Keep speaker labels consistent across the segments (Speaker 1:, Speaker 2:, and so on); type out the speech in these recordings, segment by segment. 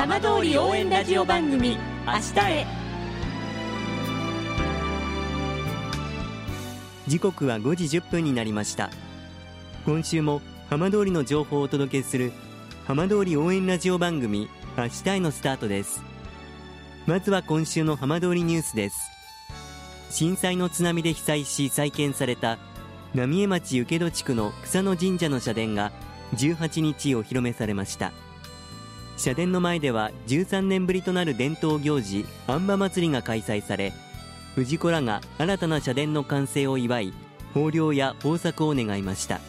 Speaker 1: 浜通り応援ラジオ番組明日へ。
Speaker 2: 時刻は5時10分になりました。今週も浜通りの情報をお届けする浜通り応援ラジオ番組明日へのスタートです。まずは今週の浜通りニュースです。震災の津波で被災し再建された浪江町請戸地区の草野神社の社殿が18日お披露目されました。社殿の前では13年ぶりとなる伝統行事安馬祭りが開催され、氏子らが新たな社殿の完成を祝い、豊漁や豊作を願いました。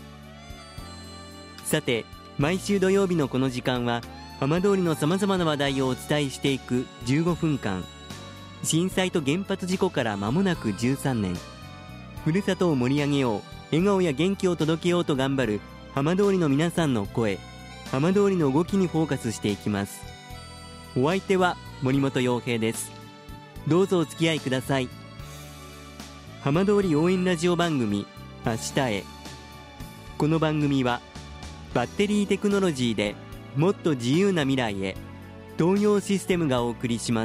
Speaker 2: さて、毎週土曜日のこの時間は浜通りのさまざまな話題をお伝えしていく15分間。震災と原発事故から間もなく13年。ふるさとを盛り上げよう、笑顔や元気を届けようと頑張る浜通りの皆さんの声、浜通りの動きにフォーカスしていきます。お相手は森本洋平です。どうぞお付き合いください。浜通り応援ラジオ番組明日へ。この番組はバッテリーテクノロジーでもっと自由な未来へ、東洋システムがお送りします。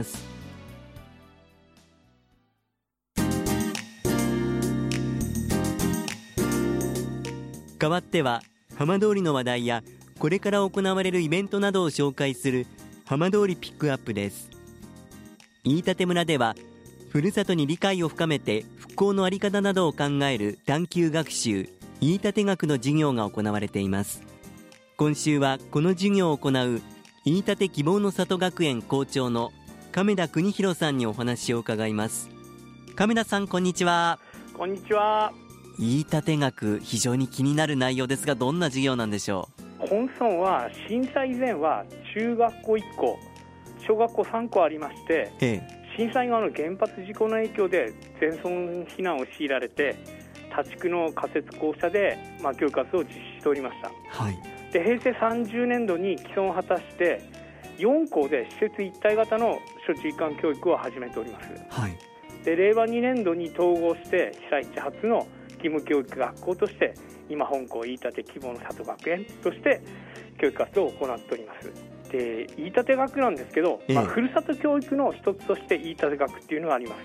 Speaker 2: 代わっては浜通りの話題やこれから行われるイベントなどを紹介する浜通りピックアップです。飯舘村ではふるさとに理解を深めて復興の在り方などを考える探究学習飯舘学の授業が行われています。今週はこの授業を行う飯舘希望の里学園校長の亀田邦弘さんにお話を伺います。亀田さん、こんにちは。
Speaker 3: こんにちは。
Speaker 2: 飯舘学、非常に気になる内容ですが、どんな授業なんでしょう。
Speaker 3: 本村は震災以前は中学校1校、小学校3校ありまして、震災後の原発事故の影響で全村避難を強いられて、他地区の仮設校舎で、教育活動を実施しておりました。で、平成30年度に既存を果たして4校で施設一体型の初中一貫教育を始めております。で、令和2年度に統合して被災地初の義務教育学校として、今本校飯舘希望の里学園として教育活動を行っております。で、飯舘学なんですけど、ふるさと教育の一つとして飯舘学っていうのがあります。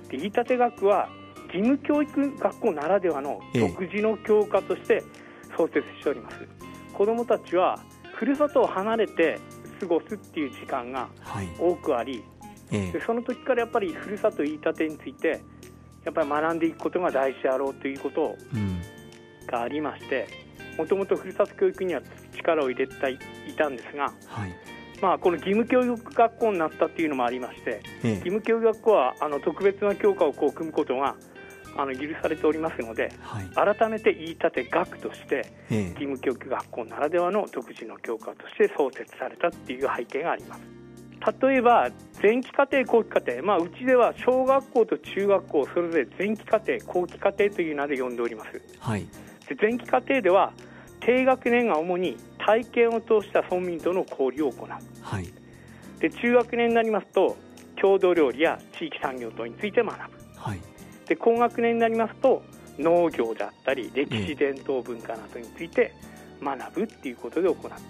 Speaker 3: で、飯舘学は義務教育学校ならではの独自の教科として創設しております。子どもたちはふるさとを離れて過ごすっていう時間が多くあり、でその時からやっぱりふるさと飯舘についてやっぱり学んでいくことが大事であろうということがありまして、もともとふるさと教育には力を入れていたんですが、この義務教育学校になったっていうのもありまして、義務教育学校は特別な教科を組むことが許されておりますので、改めて飯舘学として義務教育学校ならではの独自の教科として創設されたっていう背景があります。例えば前期課程後期課程、うちでは小学校と中学校それぞれ前期課程後期課程という名で呼んでおります。で、前期課程では低学年が主に体験を通した村民との交流を行う。で、中学年になりますと郷土料理や地域産業等について学ぶ。で、高学年になりますと農業であったり歴史伝統文化などについて学ぶっていうことで行っております。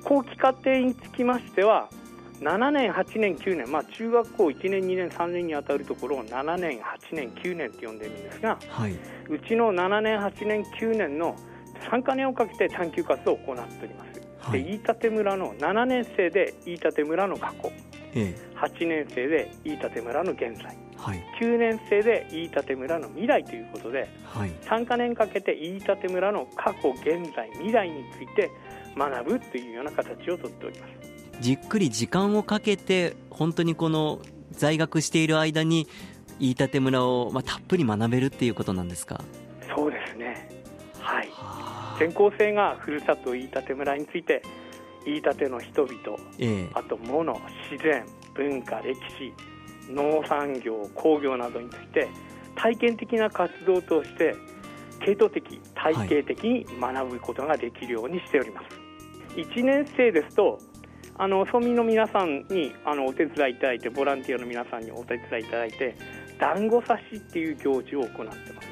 Speaker 3: 後期課程につきましては7年8年9年、中学校1年2年3年にあたるところを7年8年9年と呼んでいるんですが、うちの7年8年9年の3カ年をかけて探究活動を行っております。で、飯舘村の7年生で飯舘村の過去、8年生で飯舘村の現在、9年生で飯舘村の未来ということで、3カ年かけて飯舘村の過去現在未来について学ぶというような形をとっております。
Speaker 2: じっくり時間をかけて本当にこの在学している間に飯舘村を、たっぷり学べるっていうことなんですか。
Speaker 3: そうですね。全校生がふるさと飯舘村について飯舘の人々、あと物、自然、文化、歴史、農産業、工業などについて体験的な活動として系統的、体系的に学ぶことができるようにしております。1年生ですと村民の皆さんにお手伝いいただいて、ボランティアの皆さんにお手伝いいただいて団子刺しっていう行事を行ってます。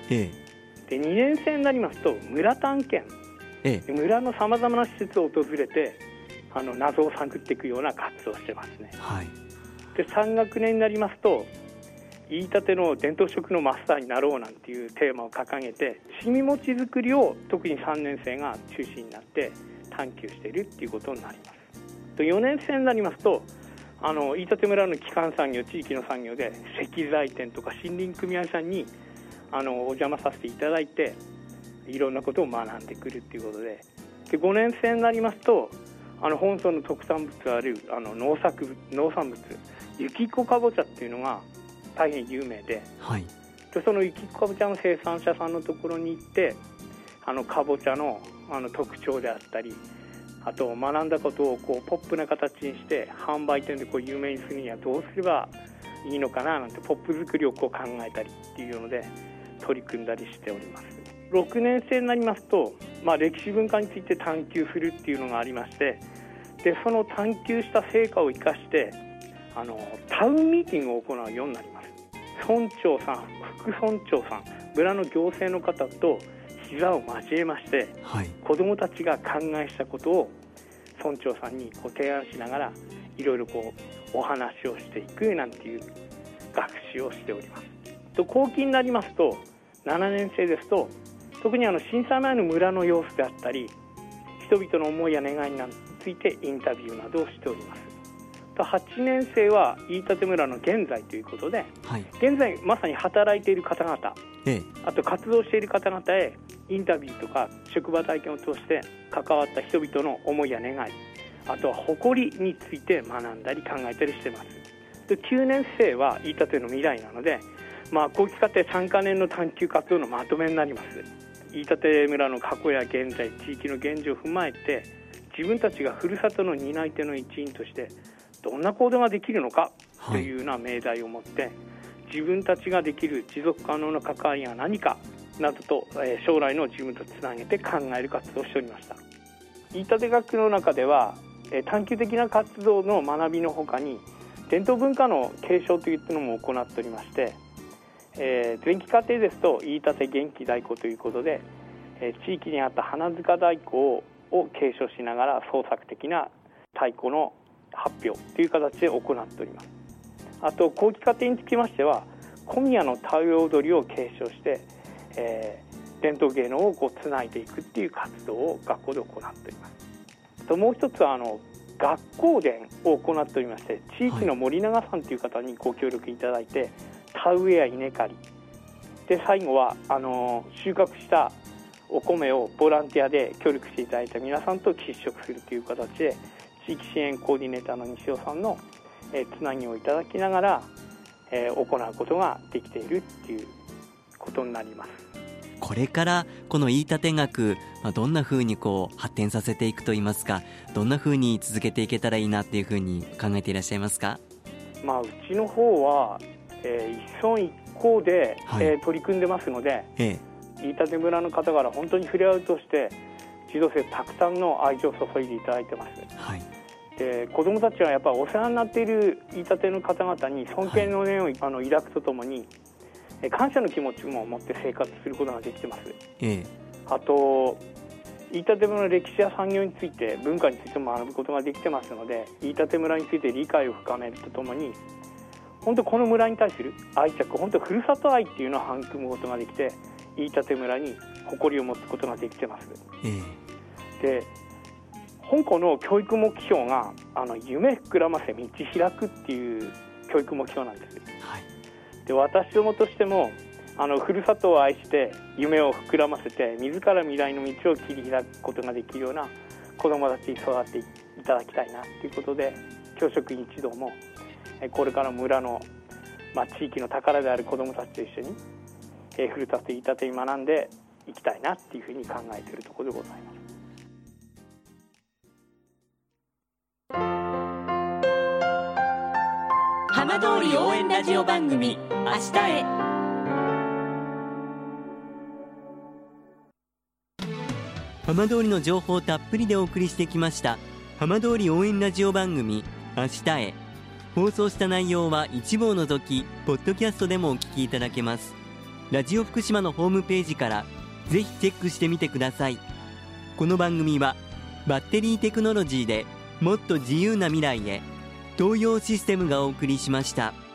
Speaker 3: で、2年生になりますと村探検、村のさまざまな施設を訪れて謎を探っていくような活動をしてますね。
Speaker 2: はい、
Speaker 3: で3学年になりますと、飯舘の伝統食のマスターになろうなんていうテーマを掲げて、しみ餅作りを特に3年生が中心になって探求しているっていうことになります。4年生になりますと、飯舘村の基幹産業、地域の産業で石材店とか森林組合さんにお邪魔させていただいて、いろんなことを学んでくるっていうことで、5年生になりますと、本村の特産物である農産物、雪子かぼちゃっていうのが大変有名で、
Speaker 2: はい、
Speaker 3: でその雪子かぼちゃの生産者さんのところに行って、かぼちゃの特徴であったり、あと学んだことをポップな形にして販売店で有名にするにはどうすればいいのかななんて、ポップ作りを考えたりっていうので取り組んだりしております。6年生になりますと、歴史文化について探求するっていうのがありまして、でその探求した成果を生かしてタウンミーティングを行うようになります。村長さん、副村長さん、村の行政の方と膝を交えまして、はい、子どもたちが考えしたことを村長さんに提案しながら、いろいろお話をしていくなんていう学習をしております。後期になりますと、7年生ですと、特に震災前の村の様子であったり、人々の思いや願いについてインタビューなどをしております。8年生は飯舘村の現在ということで、はい、現在まさに働いている方々、あと活動している方々へインタビューとか職場体験を通して関わった人々の思いや願い、あとは誇りについて学んだり考えたりしています。で9年生は飯舘の未来なので、後期課程3カ年の探究活動のまとめになります。飯舘村の過去や現在、地域の現状を踏まえて、自分たちがふるさとの担い手の一員としてどんな行動ができるのかというような命題を持って、自分たちができる持続可能な関わりが何かなどと、将来の自分とつなげて考える活動をしておりました。飯舘学区の中では、探究的な活動の学びのほかに伝統文化の継承というのも行っておりまして、前期課程ですと飯舘元気太鼓ということで、地域にあった花塚太鼓を継承しながら創作的な太鼓の発表という形で行っております。あと後期課程につきましては、小宮の太陽踊りを継承して、伝統芸能をつないでいくっていう活動を学校で行っております。ともう一つは学校伝を行っておりまして、地域の森永さんという方にご協力いただいて、田植えや稲刈りで、最後は収穫したお米をボランティアで協力していただいた皆さんと喫食するという形で、地域支援コーディネーターの西尾さんのつなぎをいただきながら行うことができているっていうことになります。
Speaker 2: これからこの飯舘学、どんな風に発展させていくといいますか、どんな風に続けていけたらいいなっていう風に考えていらっしゃいますか？
Speaker 3: うちの方は、一村一校で、取り組んでますので、飯舘村の方から本当に触れ合うとして児童生たくさんの愛情を注いでいただいてます。で子どもたちはやっぱりお世話になっている飯舘の方々に尊敬の念を抱くとともに、感謝の気持ちも持って生活することができてます。あと飯舘村の歴史や産業について、文化についても学ぶことができてますので、飯舘村について理解を深めるとともに、本当この村に対する愛着、本当ふるさと愛っていうのを育むことができて、飯舘村に誇りを持つことができてます。で本校の教育目標が夢膨らませ道開くっていう教育目標なんです。で私どもとしてもふるさとを愛して夢を膨らませて、自ら未来の道を切り開くことができるような子どもたちに育っていただきたいなということで、教職員一同もこれから村の、地域の宝である子どもたちと一緒にふるさと飯舘に学んでいきたいなっていうふうに考えているところでございます。
Speaker 1: 浜通り応援ラジオ番組明日へ。
Speaker 2: 浜通りの情報をたっぷりでお送りしてきました浜通り応援ラジオ番組明日へ。放送した内容は一部を除きポッドキャストでもお聞きいただけます。ラジオ福島のホームページからぜひチェックしてみてください。この番組はバッテリーテクノロジーでもっと自由な未来へ。東洋システムがお送りしました。